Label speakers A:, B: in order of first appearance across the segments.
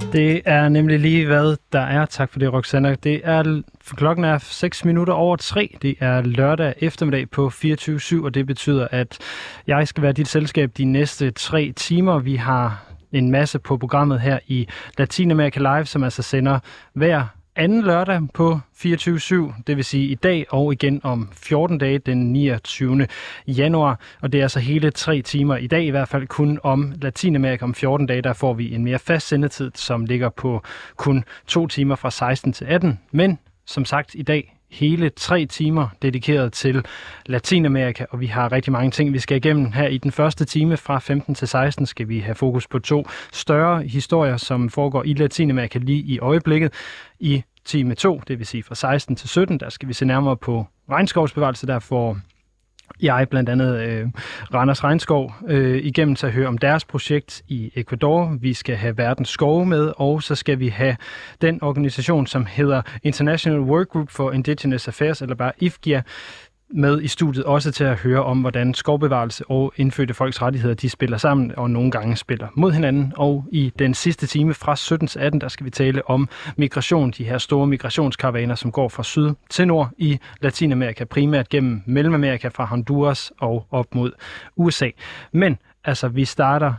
A: Det er nemlig lige hvad der er. Tak for det, Roxanna. Klokken er 3:06. Det er lørdag eftermiddag på 24/7, og det betyder, at jeg skal være dit selskab de næste 3 timer. Vi har en masse på programmet her i Latinamerika Live, som altså sender hver anden lørdag på 24/7, det vil sige i dag og igen om 14 dage den 29. januar. Og det er altså hele 3 timer i dag, i hvert fald kun om Latinamerika. Om 14 dage, der får vi en mere fast sendetid, som ligger på kun 2 timer fra 16 til 18. Men som sagt i dag hele 3 timer dedikeret til Latinamerika, og vi har rigtig mange ting, vi skal igennem. Her i den første time fra 15 til 16 skal vi have fokus på 2 større historier, som foregår i Latinamerika lige i øjeblikket. I time 2, det vil sige fra 16 til 17, der skal vi se nærmere på regnskovsbevarelse. Der får jeg blandt andet Randers Regnskov igennem til at høre om deres projekt i Ecuador. Vi skal have Verdens Skove med, og så skal vi have den organisation, som hedder International Workgroup for Indigenous Affairs, eller bare IFGIA, med i studiet også til at høre om, hvordan skovbevarelse og indfødte folks rettigheder, de spiller sammen og nogle gange spiller mod hinanden. Og i den sidste time fra 17 til 18, der skal vi tale om migration, de her store migrationskaravaner, som går fra syd til nord i Latinamerika, primært gennem Mellemamerika fra Honduras og op mod USA. Men altså, vi starter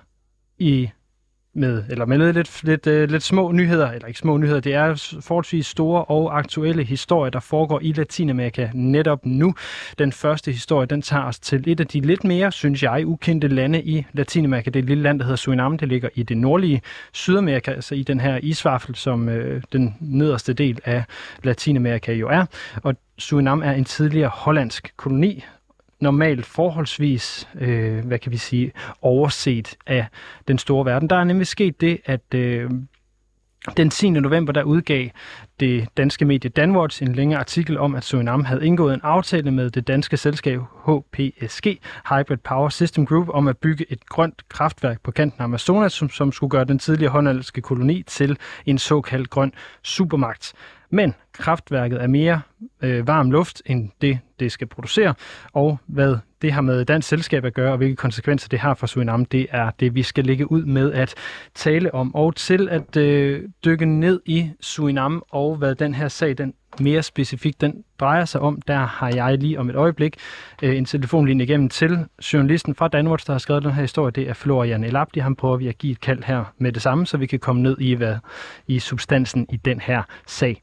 A: med lidt små nyheder, eller ikke små nyheder, det er forholdsvis store og aktuelle historier, der foregår i Latinamerika netop nu. Den første historie, den tager os til et af de lidt mere, synes jeg, ukendte lande i Latinamerika. Det er et lille land, der hedder Suriname, det ligger i det nordlige Sydamerika, altså i den her isvaffel, som den nederste del af Latinamerika jo er. Og Suriname er en tidligere hollandsk koloni, normalt forholdsvis, overset af den store verden. Der er nemlig sket det, at den 10. november, der udgav det danske medie Danwatch en længere artikel om, at Suriname havde indgået en aftale med det danske selskab HPSG, Hybrid Power System Group, om at bygge et grønt kraftværk på kanten af Amazonas, som skulle gøre den tidligere hollandske koloni til en såkaldt grøn supermagt. Men kraftværket er mere varm luft end det skal producere, og hvad det har med dansk selskab at gøre, og hvilke konsekvenser det har for Suriname, det er det, vi skal lægge ud med at tale om. Og til at dykke ned i Suriname og hvad den her sag, den mere specifikt, den drejer sig om, der har jeg lige om et øjeblik en telefonlinje igennem til journalisten fra Danwatch, der har skrevet den her historie. Det er Florian Elabdi. Han prøver vi at give et kald her med det samme, så vi kan komme ned i substansen i den her sag.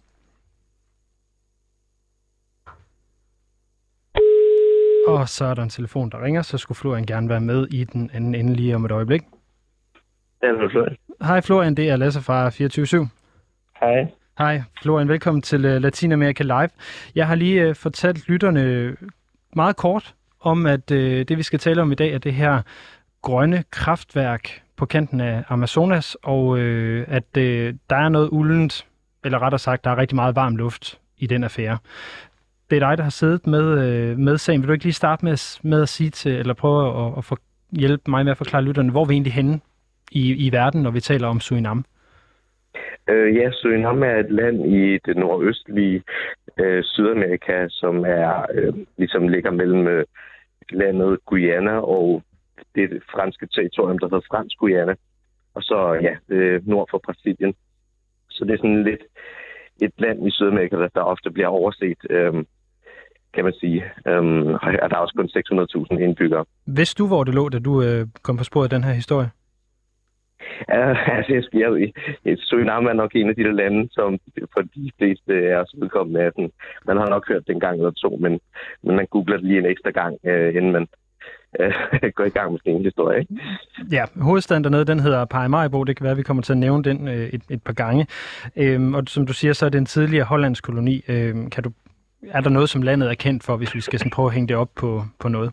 A: Og så er der en telefon, der ringer, så skulle Florian gerne være med i den anden ende lige om et øjeblik.
B: Hallo Florian.
A: Hej Florian, det er Lasse fra 24/7.
B: Hej.
A: Hej Florian, velkommen til Latinamerika Live. Jeg har lige fortalt lytterne meget kort om, at det vi skal tale om i dag er det her grønne kraftværk på kanten af Amazonas, og at der er noget uldent, eller rettere sagt, der er rigtig meget varm luft i den affære. Det er dig, der har siddet med sagen. Vil du ikke lige starte med at sige til, eller prøve at hjælpe mig med at forklare lytterne, hvor vi egentlig henne i verden, når vi taler om Suriname?
B: Ja, Suriname er et land i det nordøstlige Sydamerika, som er ligesom ligger mellem landet Guyana og det franske territorium, der hedder Fransk Guyana, og så nord for Brasilien. Så det er sådan lidt et land i Sydamerika, der ofte bliver overset, kan man sige. Og der er også kun 600.000 indbyggere.
A: Vidste du, hvor det lå, da du kom på sporet af den her historie?
B: Altså, Suriname er nok en af de der lande, som for de fleste er også vedkommende af den. Man har nok hørt den gang eller to, men man googler det lige en ekstra gang, inden man går i gang med sin historie. Ikke?
A: Ja, hovedstaden dernede, den hedder Paramaribo. Det kan være, at vi kommer til at nævne den et par gange. Og som du siger, så er det en tidligere hollandsk koloni. Er der noget, som landet er kendt for, hvis vi skal sådan prøve at hænge det op på noget?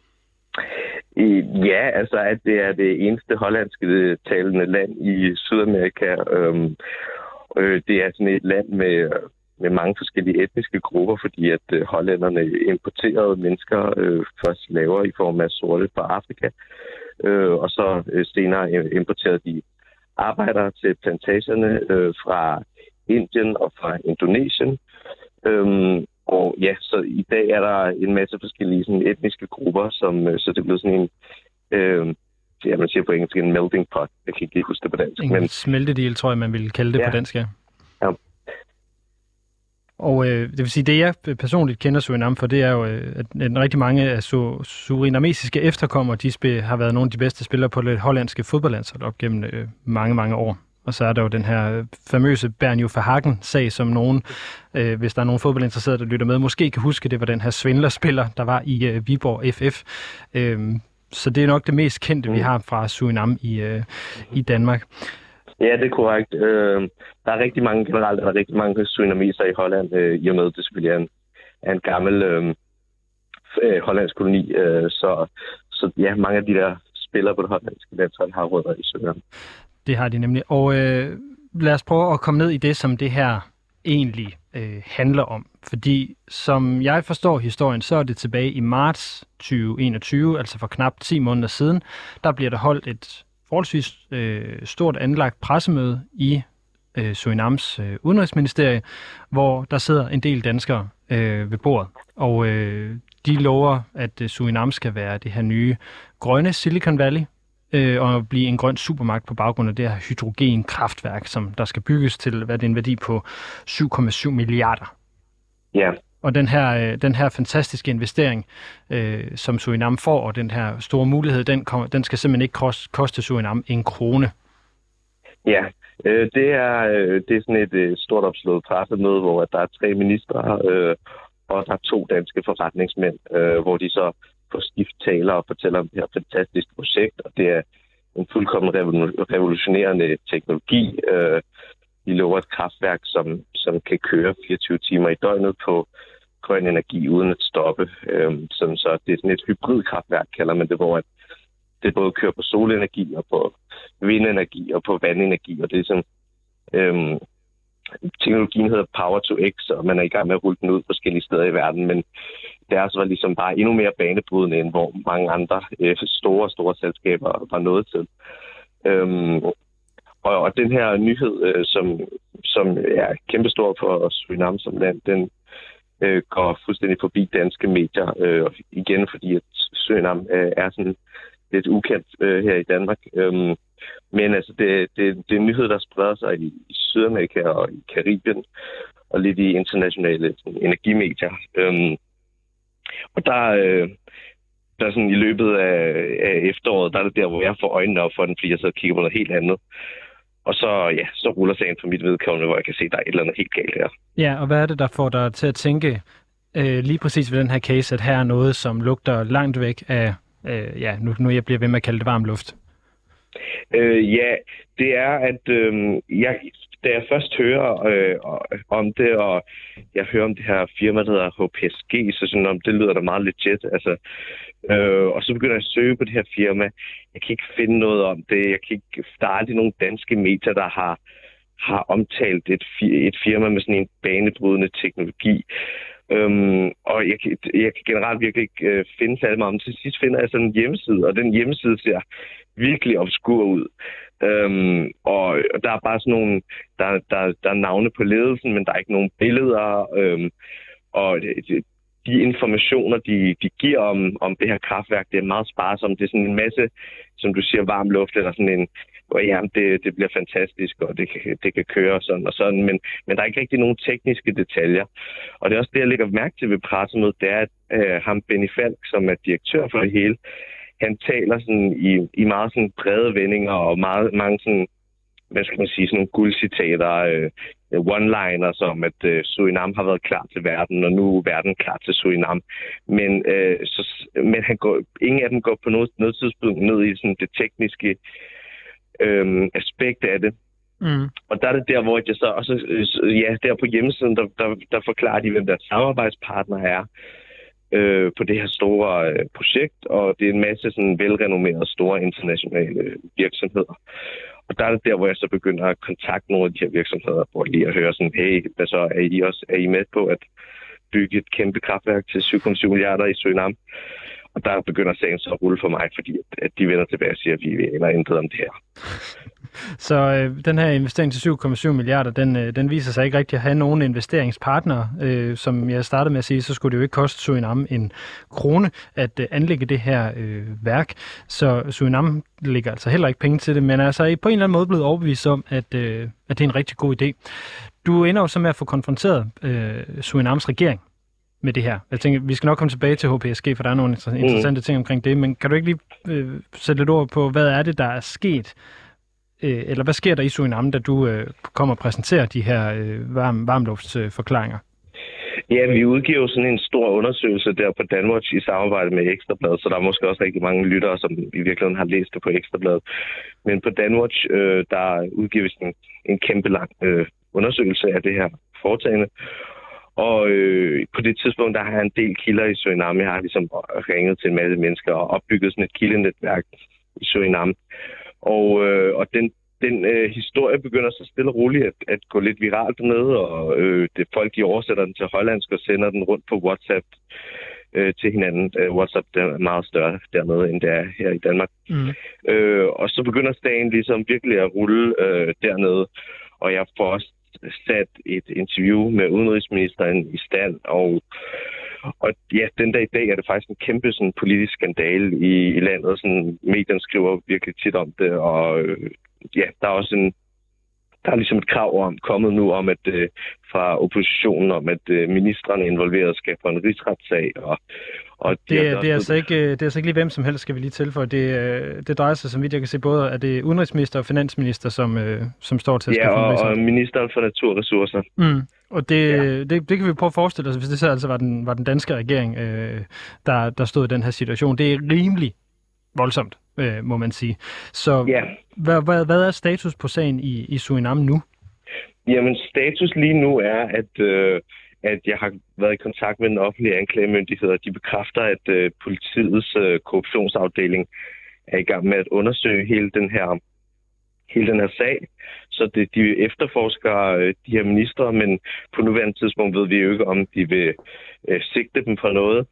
B: Ja, altså at det er det eneste hollandske talende land i Sydamerika. Det er sådan et land med mange forskellige etniske grupper, fordi at hollænderne importerede mennesker, først slaver i form af sorte fra Afrika, og så senere importerede de arbejdere til plantagerne fra Indien og fra Indonesien. Og ja, så i dag er der en masse forskellige sådan, etniske grupper, så det bliver sådan en man siger på engelsk en melting pot. Jeg kan ikke lige huske det på dansk.
A: En smeltedil, tror jeg, man ville kalde det på dansk, ja. Og det vil sige, det jeg personligt kender Surinam for, det er jo, at rigtig mange af surinamesiske efterkommere, de har været nogle af de bedste spillere på det hollandske fodboldlandshold op gennem mange, mange år. Og så er der jo den her famøse Bernjo Verhagen-sag, som nogen, hvis der er nogen fodboldinteresserede, der lytter med, måske kan huske, det var den her svindlerspiller, der var i Viborg FF. Så det er nok det mest kendte, vi har fra Surinam i Danmark.
B: Ja, det er korrekt. Der er rigtig mange generelt, der er rigtig mange surinameser i Holland, i og med det selvfølgelig er en gammel hollandsk koloni. Så ja, mange af de der spillere på det hollandske landshold har rødder i Surinam. Det
A: har de nemlig. Og lad os prøve at komme ned i det, som det her egentlig handler om. Fordi som jeg forstår historien, så er det tilbage i marts 2021, altså for knap 10 måneder siden, der bliver der holdt et forholdsvis stort anlagt pressemøde i Surinams udenrigsministerie, hvor der sidder en del danskere ved bordet. Og de lover, at Surinam skal være det her nye grønne Silicon Valley, og blive en grøn supermagt på baggrund af det her hydrogenkraftværk, som der skal bygges til, hvad det er en værdi på 7,7 milliarder.
B: Ja.
A: Og den her fantastiske investering, som Surinam får, og den her store mulighed, den skal simpelthen ikke koste Surinam en krone.
B: Ja, det er sådan et stort opslået pressemøde, hvor der er 3 ministre, og der er 2 danske forretningsmænd, hvor de så på skift taler og fortæller om det her fantastiske projekt, og det er en fuldkommen revolutionerende teknologi. De lover et kraftværk, som kan køre 24 timer i døgnet på grøn energi uden at stoppe. Så det er sådan et hybridkraftværk, kalder man det, hvor det både kører på solenergi og på vindenergi og på vandenergi, og det er sådan teknologien hedder Power to X, og man er i gang med at rulle den ud forskellige steder i verden, men deres var ligesom bare endnu mere banebrydende, end hvor mange andre store selskaber var nået til. Og den her nyhed, som er kæmpestor for Surinam som land, den går fuldstændig forbi danske medier, igen fordi at Surinam er sådan lidt ukendt her i Danmark. Men altså, det er en nyhed, der spreder sig i Sydamerika og i Karibien, og lidt i internationale energimedier. Og der sådan i løbet af efteråret, der er det der, hvor jeg får øjnene op for den, fordi jeg så kigger på noget helt andet. Og så ruller sagen for mit vedkommende, hvor jeg kan se, at der er et eller andet helt galt her.
A: Ja, og hvad er det, der får dig til at tænke lige præcis ved den her case, at her er noget, som lugter langt væk af, nu jeg bliver ved med at kalde det varm luft?
B: Ja, det er, at da jeg først hører om det, og jeg hører om det her firma, der hedder HPSG, så sådan om det lyder da meget legit. Altså, og så begynder jeg at søge på det her firma. Jeg kan ikke finde noget om det. Der er aldrig nogen danske medier, der har omtalt et firma med sådan en banebrydende teknologi. Og jeg kan generelt virkelig ikke finde særlig meget om. Til sidst finder jeg sådan en hjemmeside, og den hjemmeside ser virkelig obskur ud. Og der er bare sådan nogle, der er navne på ledelsen, men der er ikke nogen billeder. Og de informationer, de giver om det her kraftværk, det er meget sparsomt. Det er sådan en masse, som du siger, varm luft, eller sådan en, det bliver fantastisk, og det kan køre sådan og sådan, men der er ikke rigtig nogen tekniske detaljer. Og det er også det, jeg lægger mærke til ved pressemødet, det er, at ham Benny Falk, som er direktør for det hele, han taler sådan i meget sådan brede vendinger, og mange sådan, hvad skal man sige, sådan nogle guldcitater, one-liners om, at Surinam har været klar til verden, og nu er verden klar til Surinam. Men ingen af dem går på noget tidspunkt ned i sådan det tekniske aspekt af det. Mm. Og der er det der, hvor jeg så også, der på hjemmesiden, der forklarer de, hvem deres samarbejdspartner er på det her store projekt, og det er en masse sådan velrenommerede store internationale virksomheder. Og der er det der, hvor jeg så begynder at kontakte nogle af de her virksomheder, for lige at høre sådan, hey, hvad så er I med på at bygge et kæmpe kraftværk til 7,7 milliarder i Surinam? Og der begynder sagen så at rulle for mig, fordi at de vender tilbage og siger, at vi aner intet om det her.
A: Så den her investering til 7,7 milliarder, den viser sig ikke rigtig at have nogen investeringspartnere. Som jeg startede med at sige, så skulle det jo ikke koste Suriname en krone at anlægge det her værk. Så Suriname lægger altså heller ikke penge til det, men altså på en eller anden måde blevet overbevist om, at det er en rigtig god idé. Du ender jo så med at få konfronteret Surinames regering med det her. Jeg tænker, vi skal nok komme tilbage til HPSG, for der er nogle interessante ting omkring det, men kan du ikke lige sætte lidt ord på, hvad er det, der er sket, eller hvad sker der i Suriname, da du kommer og præsenterer de her varmluftsforklaringer?
B: Ja, vi udgiver jo sådan en stor undersøgelse der på Danwatch i samarbejde med Ekstrabladet, så der er måske også rigtig mange lyttere, som i virkeligheden har læst det på Ekstrabladet. Men på Danwatch, der udgiver vi sådan en kæmpe lang undersøgelse af det her foretagende. Og på det tidspunkt, der har jeg en del kilder i Suriname. Jeg har ligesom ringet til en masse mennesker og opbygget sådan et kildenetværk i Suriname. Og den historie begynder så stille og roligt at gå lidt viralt dernede, og det folk, de oversætter den til hollandsk og sender den rundt på WhatsApp til hinanden. WhatsApp er meget større dernede, end det er her i Danmark. Og så begynder sagen ligesom virkelig at rulle dernede, og jeg får også sat et interview med udenrigsministeren i stand, og ja, den dag i dag er det faktisk en kæmpe sådan, politisk skandale i landet. Sådan, medierne skriver virkelig tit om det, og ja, der er ligesom et krav kommet nu om, at fra oppositionen om, at ministrene involveret skal få en rigsretssag. Og
A: det er altså ikke lige hvem som helst, skal vi lige tilføje. Det drejer sig, som vidt jeg kan se, både af det udenrigsminister og finansminister, som står til at skal få en rigsret.
B: Ja, og ministeren for naturressourcer.
A: Og det kan vi prøve at forestille os, hvis det så altså var den danske regering, der stod i den her situation. Det er rimelig voldsomt, må man sige. Så hvad er status på sagen i Suriname nu?
B: Jamen, status lige nu er, at jeg har været i kontakt med den offentlige anklagemyndighed, og de bekræfter, at politiets korruptionsafdeling er i gang med at undersøge hele den her sag. Så de efterforsker de her ministre, men på nuværende tidspunkt ved vi jo ikke, om de vil sigte dem for noget.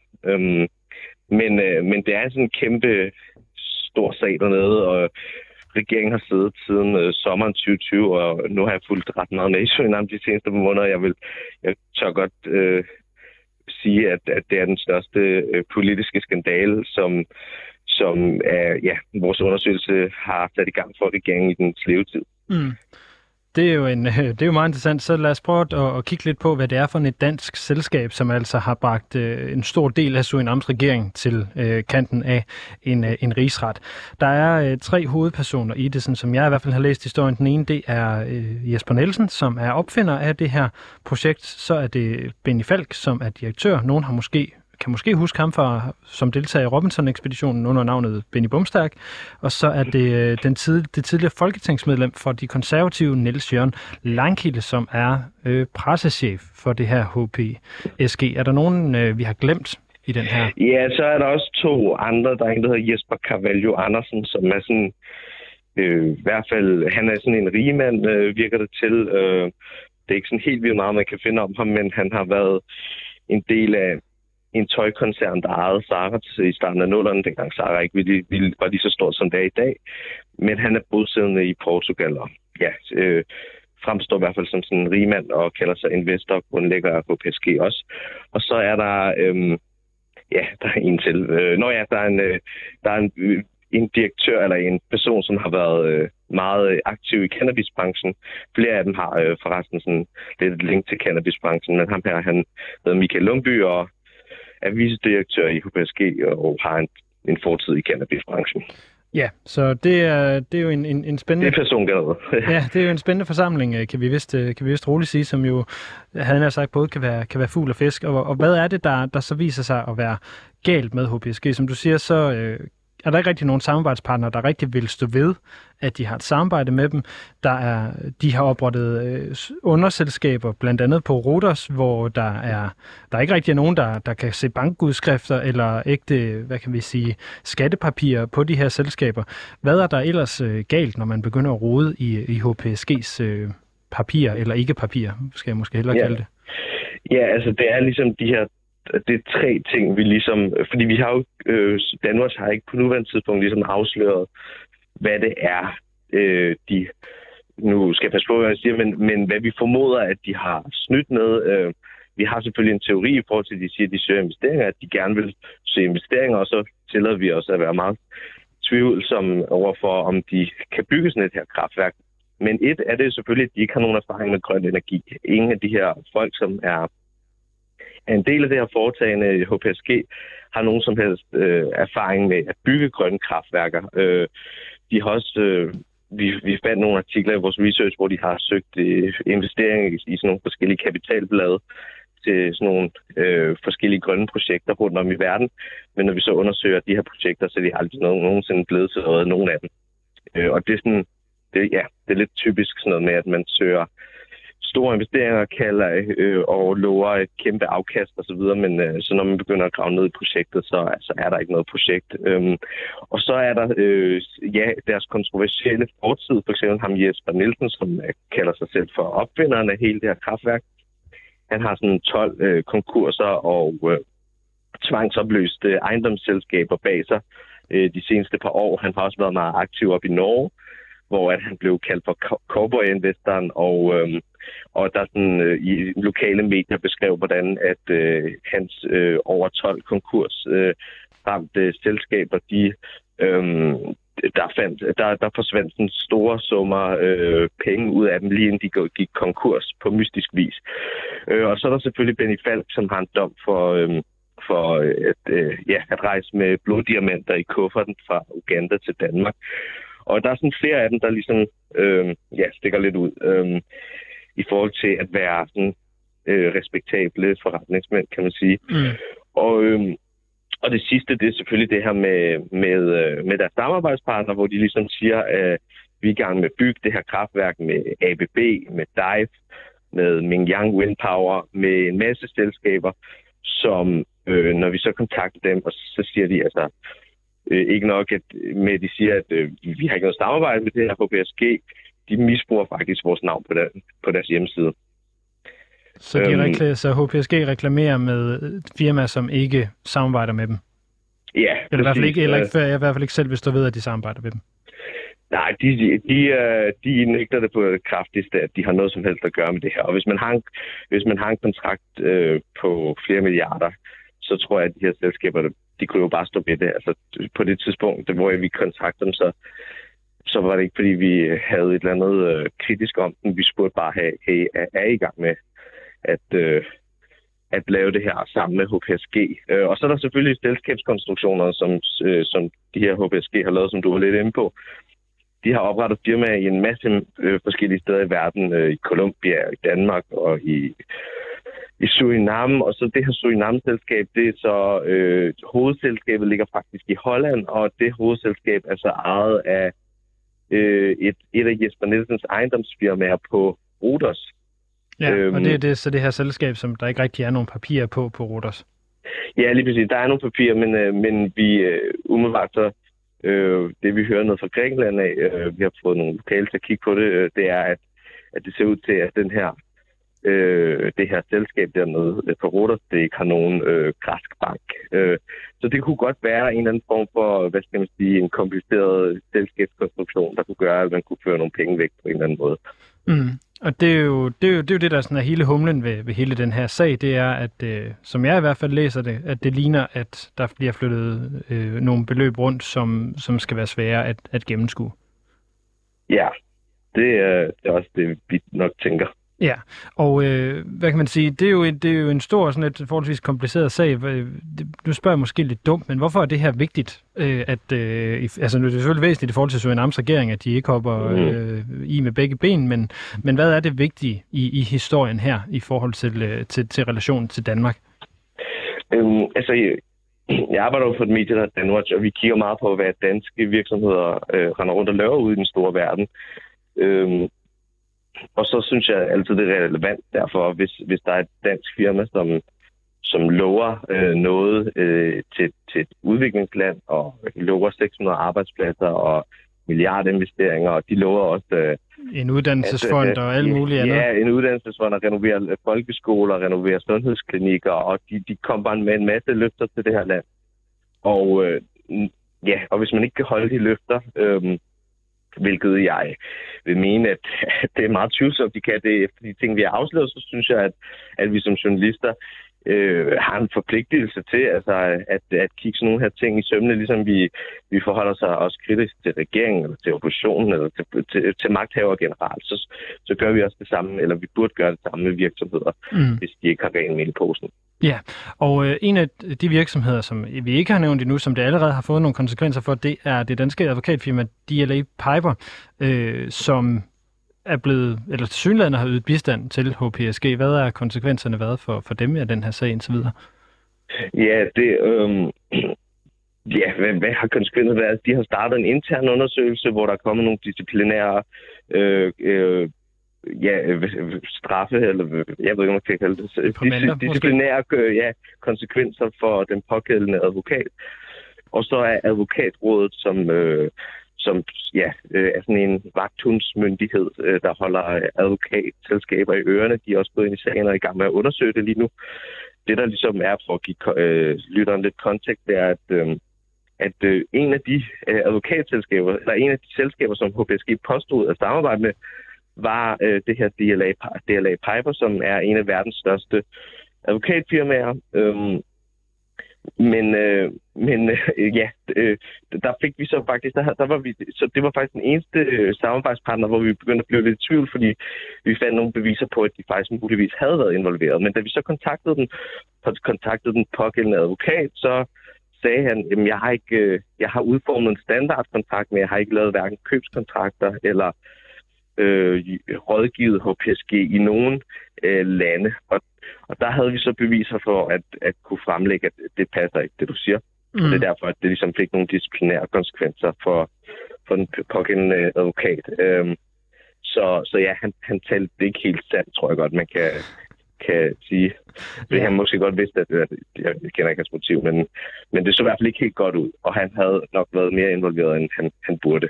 B: Men det er sådan en kæmpe stor sag dernede, og regeringen har siddet siden sommeren 2020, og nu har jeg fulgt ret meget med i Suriname de seneste måneder. Jeg tør godt sige, at det er den største politiske skandale, som vores undersøgelse har sat i gang for regeringen i dens levetid.
A: Det er jo meget interessant. Så lad os prøve at kigge lidt på, hvad det er for et dansk selskab, som altså har bragt en stor del af Surinams regering til kanten af en rigsret. Der er 3 hovedpersoner i det, sådan som jeg i hvert fald har læst historien. Den ene, det er Jesper Nielsen, som er opfinder af det her projekt. Så er det Benny Falk, som er direktør. Nogen kan måske huske ham som deltager i Robinson-ekspeditionen under navnet Benny Bumstærk. Og så er det det tidligere folketingsmedlem for de konservative, Niels Jørgen Langkilde, som er pressechef for det her HPSG. Er der nogen, vi har glemt i den her?
B: Ja, så er der også 2 andre. Der er en, der hedder Jesper Carvalho Andersen, som er sådan, i hvert fald, han er sådan en rigmand, virker det til. Det er ikke sådan helt vildt meget, man kan finde om ham, men han har været en del af en tøjkoncern, der ejede Zara i starten af 00'erne, dengang Zara ikke var lige så stort, som det er i dag. Men han er bosiddende i Portugal, og fremstår i hvert fald som sådan en rigmand, og kalder sig investor og grundlægger på PSG også. Og så er der, der er en til. Der er en direktør, eller en person, som har været meget aktiv i cannabisbranchen. Flere af dem har forresten sådan lidt link til cannabisbranchen, men ham her, han hedder Michael Lundby, og er vicedirektør i HPSG og har en fortid i cannabisbranchen.
A: Ja, så det er jo en spændende...
B: Det er persongalleriet.
A: Ja, det er jo en spændende forsamling, kan vi vist roligt sige, som jo, havde jeg sagt, både kan være fugl og fisk. Og hvad er det, der så viser sig at være galt med HPSG? Som du siger, så er der ikke rigtig nogen samarbejdspartnere, der rigtig vil stå ved, at de har et samarbejde med dem. De har oprettet underselskaber, blandt andet på Rodos, hvor der ikke rigtig er nogen, der kan se bankudskrifter eller ægte, skattepapirer på de her selskaber. Hvad er der ellers galt, når man begynder at rode i HPSG's papirer, eller ikke papirer, skal jeg måske hellere kalde det?
B: Ja, altså det er ligesom de her det er 3 ting, vi ligesom... Fordi vi har jo... Danmark har ikke på nuværende tidspunkt ligesom afsløret, hvad det er, de... Nu skal jeg passe på, hvad jeg siger, men hvad vi formoder, at de har snydt med... Vi har selvfølgelig en teori i forhold til, at de siger, at de søger investeringer, at de gerne vil søge investeringer, og så tillader vi os at være meget tvivlsomme overfor, om de kan bygge sådan et her kraftværk. Men et er det selvfølgelig, at de ikke har nogen erfaring med grøn energi. Ingen af de her folk, som er en del af det her foretagende HPSG, har nogen som helst erfaring med at bygge grønne kraftværker. De har også... Vi fandt nogle artikler i vores research, hvor de har søgt investeringer i sådan nogle forskellige kapitalblade til sådan nogle forskellige grønne projekter rundt om i verden. Men når vi så undersøger de her projekter, så er de aldrig nogensinde blevet til noget, nogen af dem. Og det er sådan, det er lidt typisk sådan noget med, at man søger store investeringer, kalder og lover et kæmpe afkast osv., men så når man begynder at grave ned i projektet, så er der ikke noget projekt. Og så er der deres kontroversielle fortid, for eksempel ham Jesper Nielsen, som kalder sig selv for opfinderen af hele det her kraftværk. Han har sådan 12 konkurser og tvangsopløste ejendomsselskaber bag sig de seneste par år. Han har også været meget aktiv op i Norge, hvor at han blev kaldt for cowboy-investoren, og der sådan, i lokale medier beskrev, hvordan at hans over 12 ramte selskaber, der forsvandt sådan store summer penge ud af dem, lige inden de gik konkurs på mystisk vis. Og så er der selvfølgelig Benny Falk, som har en dom for at rejse med bloddiamanter i kufferten fra Uganda til Danmark. Og der er sådan flere af dem, der ligesom stikker lidt ud i forhold til at være sådan respektable forretningsmænd, kan man sige. Og det sidste, det er selvfølgelig det her med deres samarbejdspartner, hvor de ligesom siger, at vi er i gang med at bygge det her kraftværk med ABB, med DIVE, med Mingyang Windpower, med en masse selskaber, som når vi så kontakter dem, og så siger de altså, ikke nok, at de siger, at vi har ikke noget samarbejde med det her HPSG. De misbruger faktisk vores navn på deres hjemmeside.
A: Så HPSG reklamerer med firmaer, som ikke samarbejder med dem?
B: Ja,
A: eller i hvert fald ikke, i hvert fald ikke selv, hvis du ved, at de samarbejder med dem?
B: Nej, de nægter det på det kraftigste, at de har noget som helst at gøre med det her. Og hvis man har en kontrakt på flere milliarder, så tror jeg, at de her selskaber, de kunne jo bare stå ved det. Altså, på det tidspunkt, hvor vi kontaktede dem, så var det ikke, fordi vi havde et eller andet kritisk om dem. Vi spurgte bare, hey, er I gang med at lave det her sammen med HPSG? Og så er der selvfølgelig selskabskonstruktioner, som de her HPSG har lavet, som du var lidt inde på. De har oprettet firmaer i en masse forskellige steder i verden, i Colombia, i Danmark og i Suriname, og så det her Suriname-selskab, det er så hovedselskabet ligger faktisk i Holland, og det hovedselskab er så ejet af et af Jesper Nielsens ejendomsfirmaer på Rhodos.
A: Ja, og det er så det her selskab, som der ikke rigtig er nogen papirer på Rhodos.
B: Ja, lige præcis. Der er nogle papirer, men vi umiddelbart så det vi hører noget fra Grækenland af, vi har fået nogle lokale til at kigge på det, det er, at det ser ud til, at det her selskab dernede på Rhodos, det ikke har nogen græsk bank. Så det kunne godt være en eller anden form for, hvad skal man sige, en kompliceret selskabskonstruktion, der kunne gøre, at man kunne føre nogle penge væk på en eller anden måde.
A: Og det er jo det, der sådan er hele humlen ved hele den her sag, det er, at som jeg i hvert fald læser det, at det ligner, at der bliver flyttet nogle beløb rundt, som skal være svære at gennemskue. Ja,
B: det er også det, vi nok tænker.
A: Ja, og hvad kan man sige, det er jo en stor, sådan et forholdsvis kompliceret sag. Du spørger måske lidt dumt, men hvorfor er det her vigtigt? Altså nu er det selvfølgelig væsentligt i forhold til Surinames regering, at de ikke hopper i med begge ben, men hvad er det vigtige i historien her i forhold til relationen til Danmark?
B: Jeg arbejder jo for et medie, der er Danwatch, og vi kigger meget på, hvad danske virksomheder render rundt og laver ude i den store verden. Og så synes jeg altid, det er relevant derfor, hvis der er et dansk firma, som lover noget til et udviklingsland, og lover 600 arbejdspladser og milliardinvesteringer, og de lover også...
A: en uddannelsesfond og alt muligt andet.
B: Ja, en uddannelsesfond, og renovere folkeskoler, renovere sundhedsklinikker, og de kommer bare med en masse løfter til det her land. Og hvis man ikke kan holde de løfter... hvilket jeg vil mene, at det er meget tvivlsomt, de kan det. Efter de ting, vi har afsløret, så synes jeg, at vi som journalister har en forpligtelse til at kigge sådan nogle her ting i sømne, ligesom vi forholder sig også kritisk til regeringen, eller til oppositionen, eller til magthavere generelt. Så gør vi også det samme, eller vi burde gøre det samme med virksomheder, hvis de ikke har rent mel i posen.
A: Ja, og en af de virksomheder, som vi ikke har nævnt endnu, som det allerede har fået nogle konsekvenser for, det er det danske advokatfirma DLA Piper, som er blevet, eller tilsyneladende har ydet bistand til HPSG. Hvad er konsekvenserne været for dem af den her sag indtil videre?
B: Ja, hvad har konsekvenserne været? De har startet en intern undersøgelse, hvor der er kommet nogle disciplinære straffe, eller jeg ved ikke, om man kan kalde det, disciplinære konsekvenser for den pågældende advokat. Og så er advokatrådet, som er sådan en vagthundsmyndighed, der holder advokatselskaber i ørerne. De er også gået ind i sagen og er i gang med at undersøge det lige nu. Det, der ligesom er for at give lytteren lidt kontekst, det er, at en af de advokatselskaber, eller en af de selskaber, som HPSG påstod at samarbejde med, var det her DLA Piper, som er en af verdens største advokatfirmaer. Der fik vi så faktisk, der var vi, så det var faktisk den eneste samarbejdspartner, hvor vi begyndte at blive lidt i tvivl, fordi vi fandt nogle beviser på, at de faktisk muligvis havde været involveret. Men da vi så kontaktede den pågældende advokat, så sagde han, at jeg har udformet en standardkontrakt, men jeg har ikke lavet hverken købskontrakter eller rådgivet HPSG i nogen lande. Og der havde vi så beviser for at kunne fremlægge, at det passer ikke, det du siger. Og det er derfor, at det ligesom fik nogle disciplinære konsekvenser for den pågældende advokat. Så ja, han talte det ikke helt sandt, tror jeg godt, man kan sige. Det han måske godt vidste, at jeg kender ikke hans motiv, men det så i hvert fald ikke helt godt ud. Og han havde nok været mere involveret, end han burde.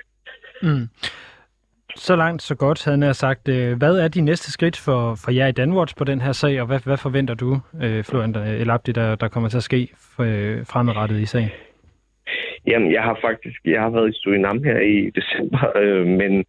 A: Så langt, så godt, havde jeg sagt. Hvad er de næste skridt for jer i Danwatch på den her sag, og hvad forventer du, Florian El-Abdi, der kommer til at ske fremadrettet i sagen?
B: Jamen, jeg har været i Suriname her i december, men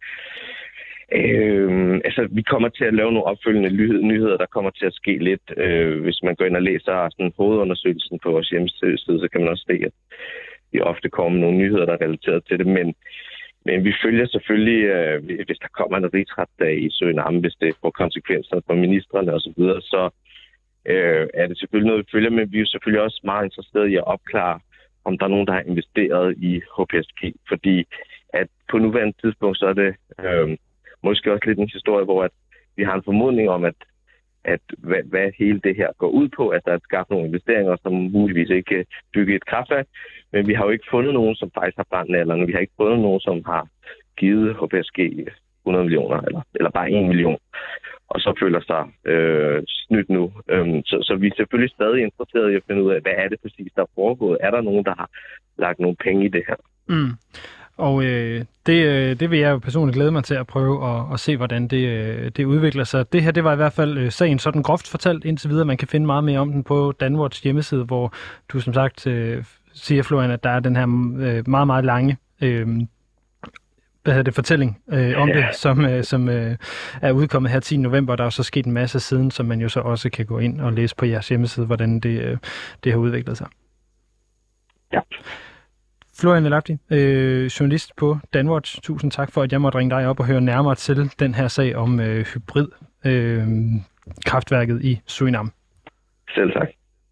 B: vi kommer til at lave nogle opfølgende nyheder, der kommer til at ske lidt. Hvis man går ind og læser sådan hovedundersøgelsen på vores hjemmeside, så kan man også se, at vi ofte kommer nogle nyheder, der er relateret til det, men vi følger selvfølgelig, hvis der kommer en rigsretsdag i Suriname, hvis det får konsekvenser for ministrene osv., så er det selvfølgelig noget, vi følger, men vi er selvfølgelig også meget interesserede i at opklare, om der er nogen, der har investeret i HPSG, fordi at på nuværende tidspunkt, så er det måske også lidt en historie, hvor at vi har en formodning om, at hvad hele det her går ud på, at der er skabt nogle investeringer, som muligvis ikke bygger et kraftværk, men vi har jo ikke fundet nogen, som faktisk har brændt nallerne. Vi har ikke fundet nogen, som har givet HPSG 100 millioner, eller bare 1 million, og så føler sig snydt nu. Så vi er selvfølgelig stadig interesserede i at finde ud af, hvad er det præcis, der er foregået? Er der nogen, der har lagt nogle penge i det her?
A: Og det vil jeg jo personligt glæde mig til at prøve at se, hvordan det udvikler sig. Det her, det var i hvert fald sagen sådan groft fortalt indtil videre. Man kan finde meget mere om den på Danwatch hjemmeside, hvor du som sagt siger, Florian, at der er den her meget, meget lange fortælling om det, som er udkommet her 10. november. Der er jo så sket en masse siden, som man jo så også kan gå ind og læse på jeres hjemmeside, hvordan det har udviklet sig.
B: Ja.
A: Florian El-Abdi, journalist på Danwatch. Tusind tak for, at jeg måtte ringe dig op og høre nærmere til den her sag om hybridkraftværket i Suriname.
B: Selv tak.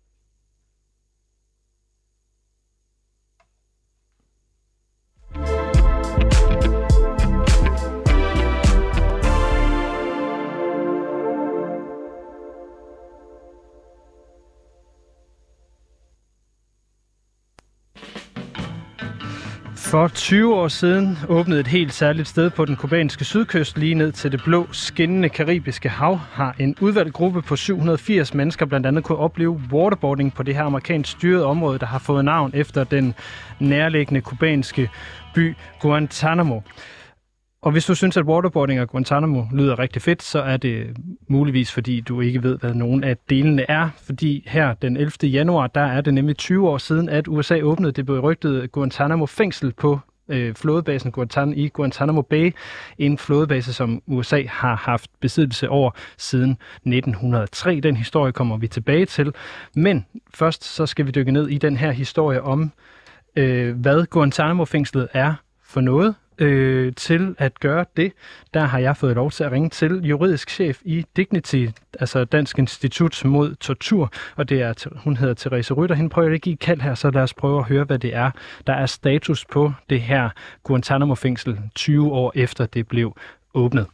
A: For 20 år siden åbnede et helt særligt sted på den cubanske sydkyst lige ned til det blå, skinnende karibiske hav, har en udvalgt gruppe på 780 mennesker blandt andet kunne opleve waterboarding på det her amerikansk styrede område, der har fået navn efter den nærliggende cubanske by Guantanamo. Og hvis du synes, at waterboarding og Guantanamo lyder rigtig fedt, så er det muligvis, fordi du ikke ved, hvad nogen af delene er. Fordi her den 11. januar, der er det nemlig 20 år siden, at USA åbnede det berygtede Guantanamo-fængsel på flådebasen i Guantanamo Bay, en flådebase, som USA har haft besiddelse over siden 1903. Den historie kommer vi tilbage til, men først så skal vi dykke ned i den her historie om, hvad Guantanamo-fængslet er for noget. Til at gøre det, der har jeg fået lov til at ringe til juridisk chef i Dignity, altså Dansk Institut mod Tortur, og hun hedder Therese Rytter. Hende prøver jeg at give et kald her, så lad os prøve at høre, hvad det er, der er status på det her Guantanamo-fængsel 20 år efter det blev åbnet.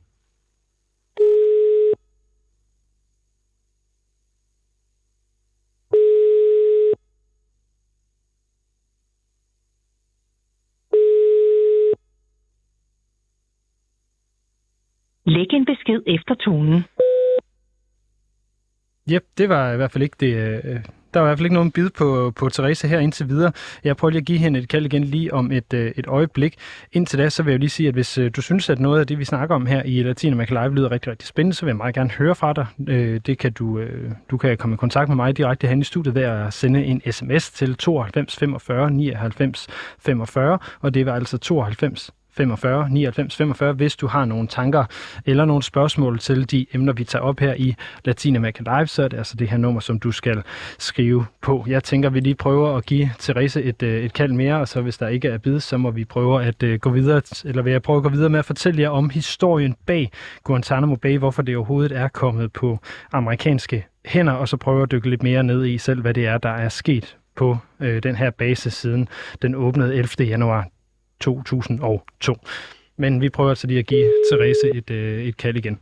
C: Læg en besked efter tonen.
A: Yep, det var i hvert fald ikke det. Der var i hvert fald ikke nogen bid på Therese her indtil videre. Jeg prøver lige at give hende et kald igen lige om et øjeblik. Indtil da, så vil jeg lige sige, at hvis du synes, at noget af det, vi snakker om her i Latinamerika Live lyder rigtig, rigtig spændende, så vil jeg meget gerne høre fra dig. Det kan du kan komme i kontakt med mig direkte hen i studiet ved at sende en sms til 92 45 99 45, og det var altså 92 45 99 45, hvis du har nogle tanker eller nogle spørgsmål til de emner, vi tager op her i Latinamerika Live, så er det altså det her nummer, som du skal skrive på. Jeg tænker, vi lige prøver at give Therese et kald mere, og så hvis der ikke er bid, så må vi prøve at gå videre, eller vil jeg prøve at gå videre med at fortælle jer om historien bag Guantanamo Bay, hvorfor det overhovedet er kommet på amerikanske hænder, og så prøve at dykke lidt mere ned i selv, hvad det er, der er sket på den her base siden den åbnede 11. januar 2002. Men vi prøver altså lige at give Therese et kald igen.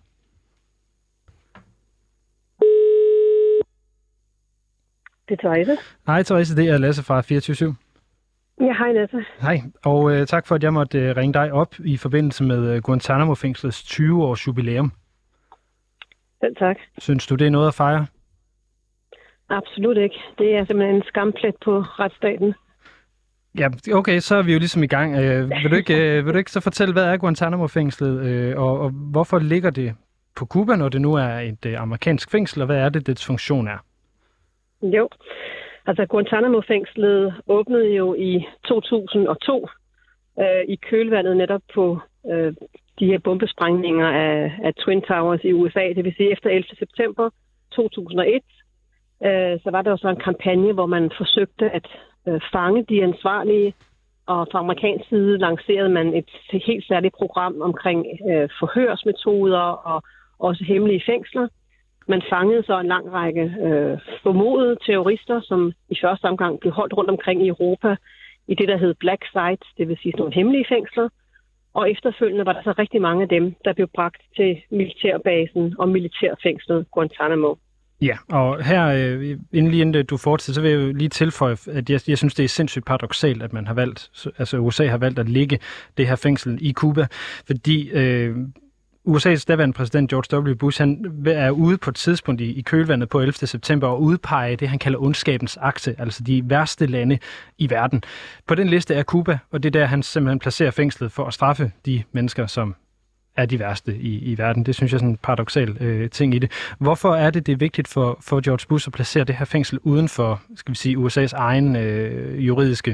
D: Det er Therese.
A: Hej Therese, det er Lasse fra 24/7.
D: Ja, hej Lasse.
A: Hej, og tak for, at jeg måtte ringe dig op i forbindelse med Guantanamo-fængslets 20-års jubilæum.
D: Selv tak.
A: Synes du, det er noget at fejre?
D: Absolut ikke. Det er simpelthen en skamplet på retsstaten.
A: Ja, okay, så er vi jo ligesom i gang. Vil du ikke så fortælle, hvad er Guantanamo-fængslet, og hvorfor ligger det på Cuba, når det nu er et amerikansk fængsel, og hvad er det, dets funktion er?
D: Jo, altså Guantanamo-fængslet åbnede jo i 2002 i kølvandet netop på de her bombesprængninger af Twin Towers i USA, det vil sige efter 11. september 2001. Så var der jo så en kampagne, hvor man forsøgte at fange de ansvarlige, og fra amerikansk side lancerede man et helt særligt program omkring forhørsmetoder og også hemmelige fængsler. Man fangede så en lang række formodede terrorister, som i første omgang blev holdt rundt omkring i Europa i det, der hed Black Sites, det vil sige nogle hemmelige fængsler. Og efterfølgende var der så rigtig mange af dem, der blev bragt til militærbasen og militærfængslet Guantanamo.
A: Ja, og her, inden du fortsætter, så vil jeg jo lige tilføje, at jeg synes, det er sindssygt paradoksalt, at man har valgt, altså USA har valgt at lægge det her fængsel i Cuba, fordi USA's daværende præsident George W. Bush, han er ude på et tidspunkt i kølvandet på 11. september og udpege det, han kalder ondskabens akse, altså de værste lande i verden. På den liste er Cuba, og det er der, han simpelthen placerer fængslet for at straffe de mennesker, som er de værste i verden. Det synes jeg er sådan en paradoksal ting i det. Hvorfor er det vigtigt for George Bush at placere det her fængsel uden for, skal vi sige, USA's egen juridiske,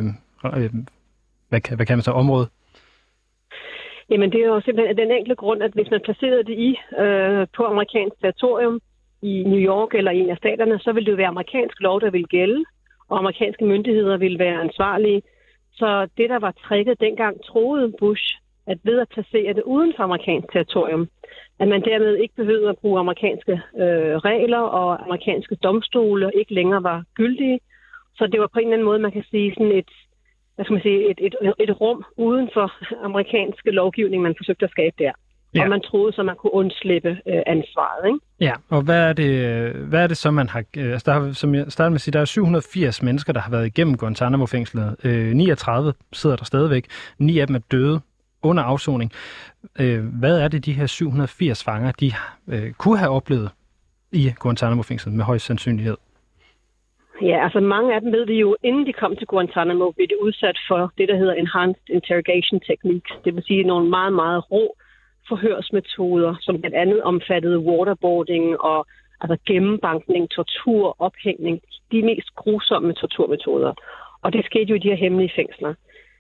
A: hvad kan man så, område?
D: Jamen det er jo simpelthen den enkle grund, at hvis man placerede det på amerikansk territorium i New York eller i en af staterne, så ville det jo være amerikansk lov, der ville gælde, og amerikanske myndigheder ville være ansvarlige. Så det, der var tricket dengang, troede Bush, at ved at placere det uden for amerikansk territorium, at man dermed ikke behøvede at bruge amerikanske regler, og amerikanske domstole ikke længere var gyldige. Så det var på en eller anden måde, man kan sige, sådan et rum uden for amerikanske lovgivning, man forsøgte at skabe der. Ja. Og man troede, så man kunne undslippe ansvaret, ikke?
A: Ja, og hvad er det så, man har... som jeg startede med at sige, der er 780 mennesker, der har været igennem Guantanamo-fængslet. 39 sidder der stadigvæk. 9 af dem er døde under afsoning. Hvad er det, de her 780 fanger, de kunne have oplevet i Guantanamo-fængslet med høj sandsynlighed?
D: Ja, altså mange af dem ved vi jo, inden de kom til Guantanamo, blev de udsat for det, der hedder Enhanced Interrogation Techniques. Det vil sige nogle meget, meget rå forhørsmetoder, som blandt andet omfattede waterboarding og altså gennembankning, tortur, ophængning. De mest grusomme torturmetoder. Og det skete jo i de her hemmelige fængsler.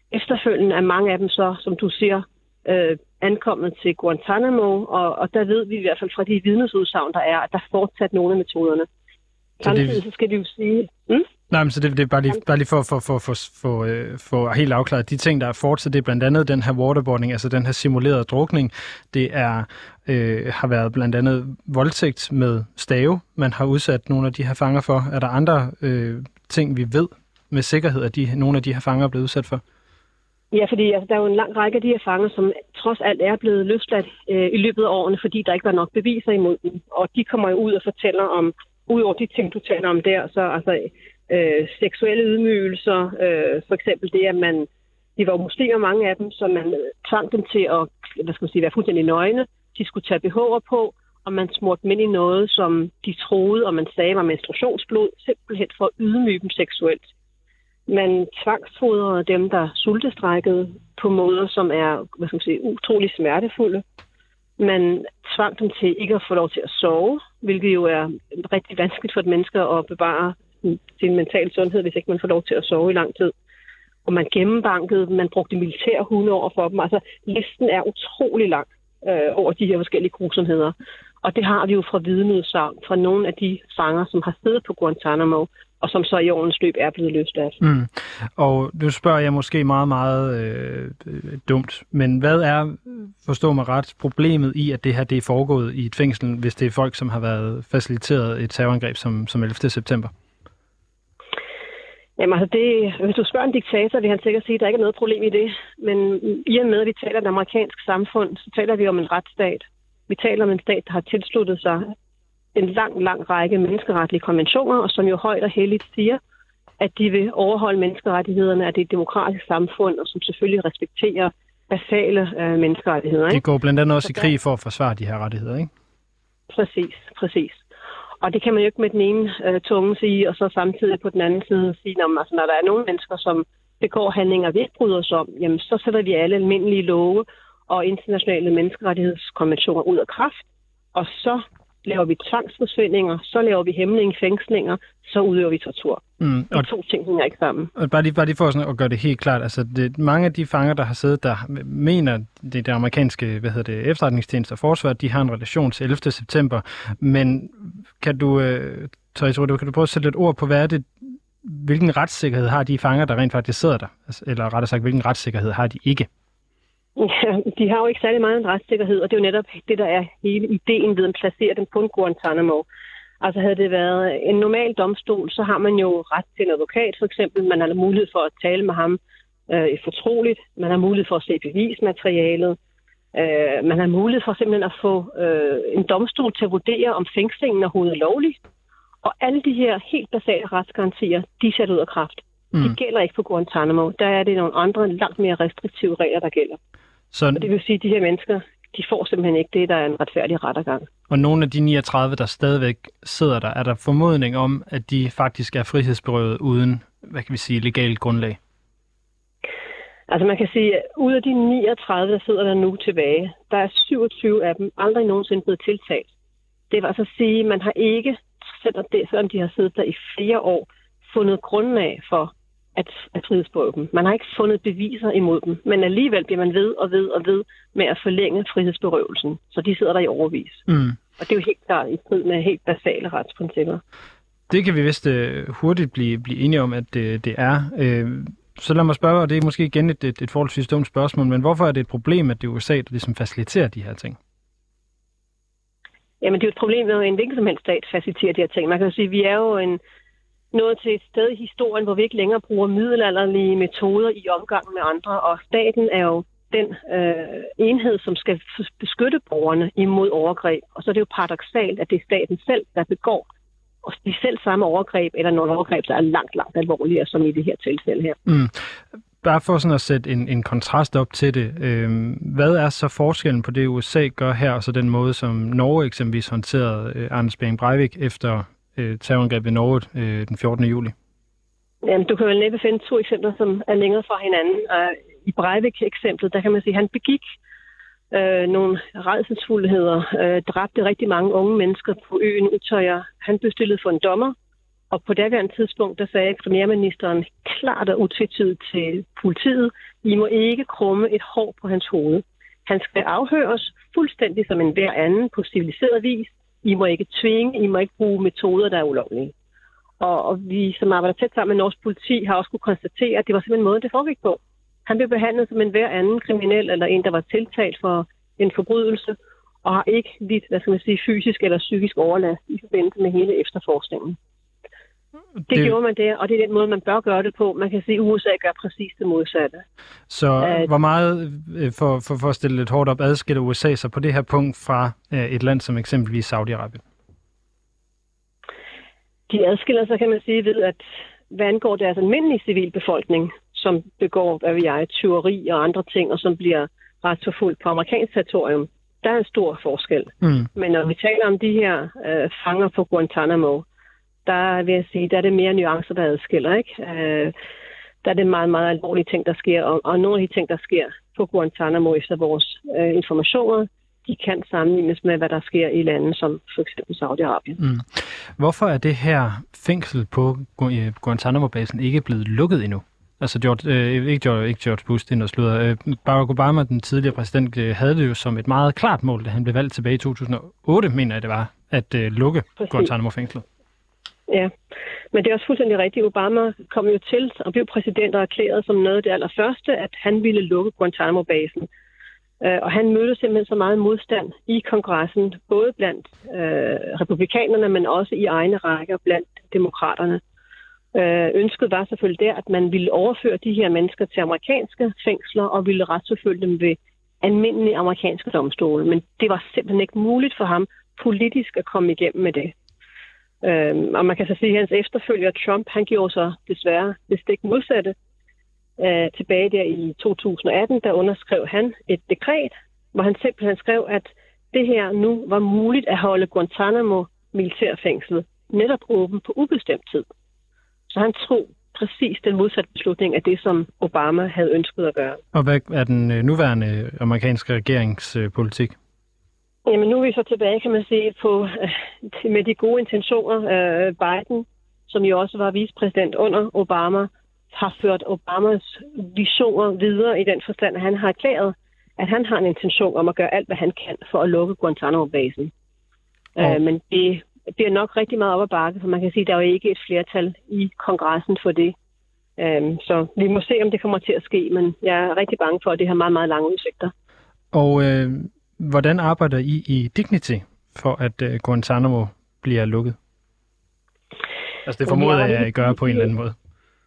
D: efterfølgende er mange af dem så, som du siger, ankommet til Guantanamo, og der ved vi i hvert fald fra de vidnesudsagn, der er, at der fortsat nogle af metoderne. Samtidig så skal vi jo sige...
A: Nej, men så det er bare lige for at få helt afklaret. De ting, der er fortsat, det er blandt andet den her waterboarding, altså den her simulerede drukning. Det har været blandt andet voldtægt med stave, man har udsat nogle af de her fanger for. Er der andre ting, vi ved med sikkerhed, at nogle af de her fanger er blevet udsat for?
D: Ja, fordi der er jo en lang række af de her fanger, som trods alt er blevet løsladt i løbet af årene, fordi der ikke var nok beviser imod dem. Og de kommer jo ud og fortæller om, udover de ting, du taler om der, så altså seksuelle ydmygelser, for eksempel det, at de var muslimer, mange af dem, så man tvang dem til at være fuldstændig nøgne. De skulle tage BH'er på, og man smurte dem ind i noget, som de troede, og man sagde var menstruationsblod, simpelthen for at ydmyge dem seksuelt. Man tvangsfodrede dem, der sultestrækkede på måder, som er utrolig smertefulde. Man tvang dem til ikke at få lov til at sove, hvilket jo er rigtig vanskeligt for et menneske at bevare sin mentale sundhed, hvis ikke man får lov til at sove i lang tid. Og man gennembankede dem, man brugte militære hunde over for dem. Altså, listen er utrolig lang over de her forskellige grusomheder. Og det har vi jo fra vidneudsagn fra nogle af de fanger, som har siddet på Guantanamo, og som så i årens løb er blevet løsladt.
A: Og nu spørger jeg måske meget, meget dumt, men hvad er, forstå mig ret, problemet i, at det her det er foregået i et fængsel, hvis det er folk, som har været faciliteret et terrorangreb som 11. september?
D: Jamen altså, hvis du spørger en diktator, vil han sikkert sige, at der ikke er noget problem i det. Men i og med, at vi taler om et amerikansk samfund, så taler vi om en retsstat. Vi taler om en stat, der har tilsluttet sig en lang række menneskeretlige konventioner, og som jo højt og helligt siger, at de vil overholde menneskerettighederne, at det er et demokratisk samfund, og som selvfølgelig respekterer basale menneskerettigheder. Ikke?
A: Det går blandt andet også i krig for at forsvare de her rettigheder, ikke?
D: Præcis. Og det kan man jo ikke med den ene tunge sige, og så samtidig på den anden side sige, altså, når der er nogle mennesker, som begår handlinger, vi ikke bryder os om, jamen så sætter vi alle almindelige love og internationale menneskerettighedskonventioner ud af kraft, og så laver vi tvangsforsvindinger, så laver vi hemmelige fængslinger, så udøver vi tortur. Og to ting hænger ikke sammen.
A: Og bare lige for sådan at gøre det helt klart, altså mange af de fanger, der har siddet, der mener, det amerikanske efterretningstjeneste og forsvar, de har en relation til 11. september, men kan du, Therese, kan du prøve at sætte lidt ord på, hvad er det, hvilken retssikkerhed har de fanger, der rent faktisk sidder der? Eller rettere sagt, hvilken retssikkerhed har de ikke?
D: Ja, de har jo ikke særlig meget en retssikkerhed, og det er jo netop det, der er hele ideen ved at placere dem på en Guantanamo. Altså havde det været en normal domstol, så har man jo ret til en advokat, for eksempel. Man har mulighed for at tale med ham fortroligt. Man har mulighed for at se bevismaterialet. Man har mulighed for simpelthen at få en domstol til at vurdere, om fængslingen overhovedet er lovlig. Og alle de her helt basale retsgarantier, de er sat ud af kraft. De gælder ikke på Guantanamo. Der er det nogle andre, langt mere restriktive regler, der gælder. Og det vil sige, at de her mennesker, de får simpelthen ikke det, der er en retfærdig rettergang.
A: Og nogle af de 39, der stadigvæk sidder der, er der formodning om, at de faktisk er frihedsberøvet uden, legalt grundlag?
D: Altså man kan sige, at ud af de 39, der sidder der nu tilbage, der er 27 af dem aldrig nogensinde blevet tiltalt. Det vil altså sige, at man har ikke, selvom de har siddet der i flere år, fundet grundlag for at frihedsberøve dem. Man har ikke fundet beviser imod dem, men alligevel bliver man ved med at forlænge frihedsberøvelsen. Så de sidder der i overvis. Og det er jo helt klart i strid med helt basale retsprincipper.
A: Det kan vi vist hurtigt blive enige om, at det er. Så lad mig spørge, og det er måske igen et forholdsvis dumt spørgsmål, men hvorfor er det et problem, at det er USA, der ligesom faciliterer de her ting? Jamen det er jo et problem, når en hvilken som helst stat faciliterer de her ting. Man kan jo sige, at vi er jo nået til et sted i historien, hvor vi ikke længere bruger middelalderlige metoder i omgang med andre, og staten er jo den enhed, som skal beskytte borgerne imod overgreb. Og så er det jo paradoksalt, at det er staten selv, der begår og de selv samme overgreb, eller nogle overgreb, der er langt alvorligere, som i det her tilfælde her. Bare for sådan at sætte en kontrast op til det. Hvad er så forskellen på det, USA gør her, og så den måde, som Norge eksempelvis håndterede Anders Behring Breivik efter terrorangrebet i Norge den 14. juli?
D: Jamen, du kan vel næppe finde to eksempler, som er længere fra hinanden. I Breivik-eksemplet, der kan man sige, at han begik nogle rædselsfuldheder, dræbte rigtig mange unge mennesker på øen Utøya. Han blev stillet for en dommer, Og på daværende tidspunkt, der sagde premierministeren klart og utvetydigt til politiet, I må ikke krumme et hår på hans hoved. Han skal afhøres fuldstændig som en hver anden på civiliseret vis. I må ikke tvinge, I må ikke bruge metoder, der er ulovlige. Og vi, som arbejder tæt sammen med norsk politi, har også kunne konstatere, at det var simpelthen måden, det foregik på. Han blev behandlet som en hver anden kriminel, eller en, der var tiltalt for en forbrydelse, og har ikke lidt, fysisk eller psykisk overlast i forbindelse med hele efterforskningen. Det gjorde man der, og det er den måde, man bør gøre det på. Man kan sige, at USA gør præcis det modsatte.
A: Så hvor meget, for at stille lidt hårdt op, adskiller USA sig på det her punkt fra et land som eksempelvis Saudi-Arabien?
D: De adskiller sig, kan man sige, ved at hvad angår deres almindelige civilbefolkning, som begår, tyveri og andre ting, og som bliver retsforfulgt på amerikansk territorium, der er en stor forskel. Men når vi taler om de her fanger på Guantanamo, der vil jeg sige, der er det mere nuancer, der adskiller, ikke? Der er det meget, meget alvorlige ting, der sker, og nogle af de ting, der sker på Guantanamo efter vores informationer, de kan sammenlignes med, hvad der sker i lande som for eksempel Saudi-Arabien.
A: Hvorfor er det her fængsel på Guantanamo-basen ikke blevet lukket endnu? Altså ikke George Bush, det er noget sludder. Barack Obama, den tidligere præsident, havde det jo som et meget klart mål, da han blev valgt tilbage i 2008, mener jeg det var, at lukke Guantanamo-fængslet. Ja, men det er også fuldstændig rigtigt. Obama kom jo til og blev præsident og erklærede som noget af det allerførste, at han ville lukke Guantanamo-basen. Og han mødte simpelthen så meget modstand i kongressen, både blandt republikanerne, men også i egne rækker blandt demokraterne. Ønsket var selvfølgelig der, at man ville overføre de her mennesker til amerikanske fængsler og ville retsforfølge dem ved almindelige amerikanske domstole. Men det var simpelthen ikke muligt for ham politisk at komme igennem med det. Og man kan så sige, at hans efterfølger Trump, han gjorde så desværre det stik modsatte. Tilbage der i 2018, der underskrev han et dekret, hvor han simpelthen skrev, at det her nu var muligt at holde Guantanamo militærfængslet netop åben på ubestemt tid. Så han tog præcis den modsatte beslutning af det, som Obama havde ønsket at gøre. Og hvad er den nuværende amerikanske regeringspolitik?
D: Jamen nu er vi så tilbage, kan man sige, med de gode intentioner. Biden, som jo også var vicepræsident under Obama, har ført Obamas visioner videre i den forstand, at han har erklæret, at han har en intention om at gøre alt, hvad han kan for at lukke Guantanamo-basen. Men det bliver nok rigtig meget op ad bakke, for man kan sige, at der er jo ikke et flertal i kongressen for det. Så vi må se, om det kommer til at ske, men jeg er rigtig bange for, at det har meget, meget lange udsigter.
A: Og hvordan arbejder I Dignity for, at Guantanamo bliver lukket? Altså det formoder jeg, at I gør på en eller anden måde.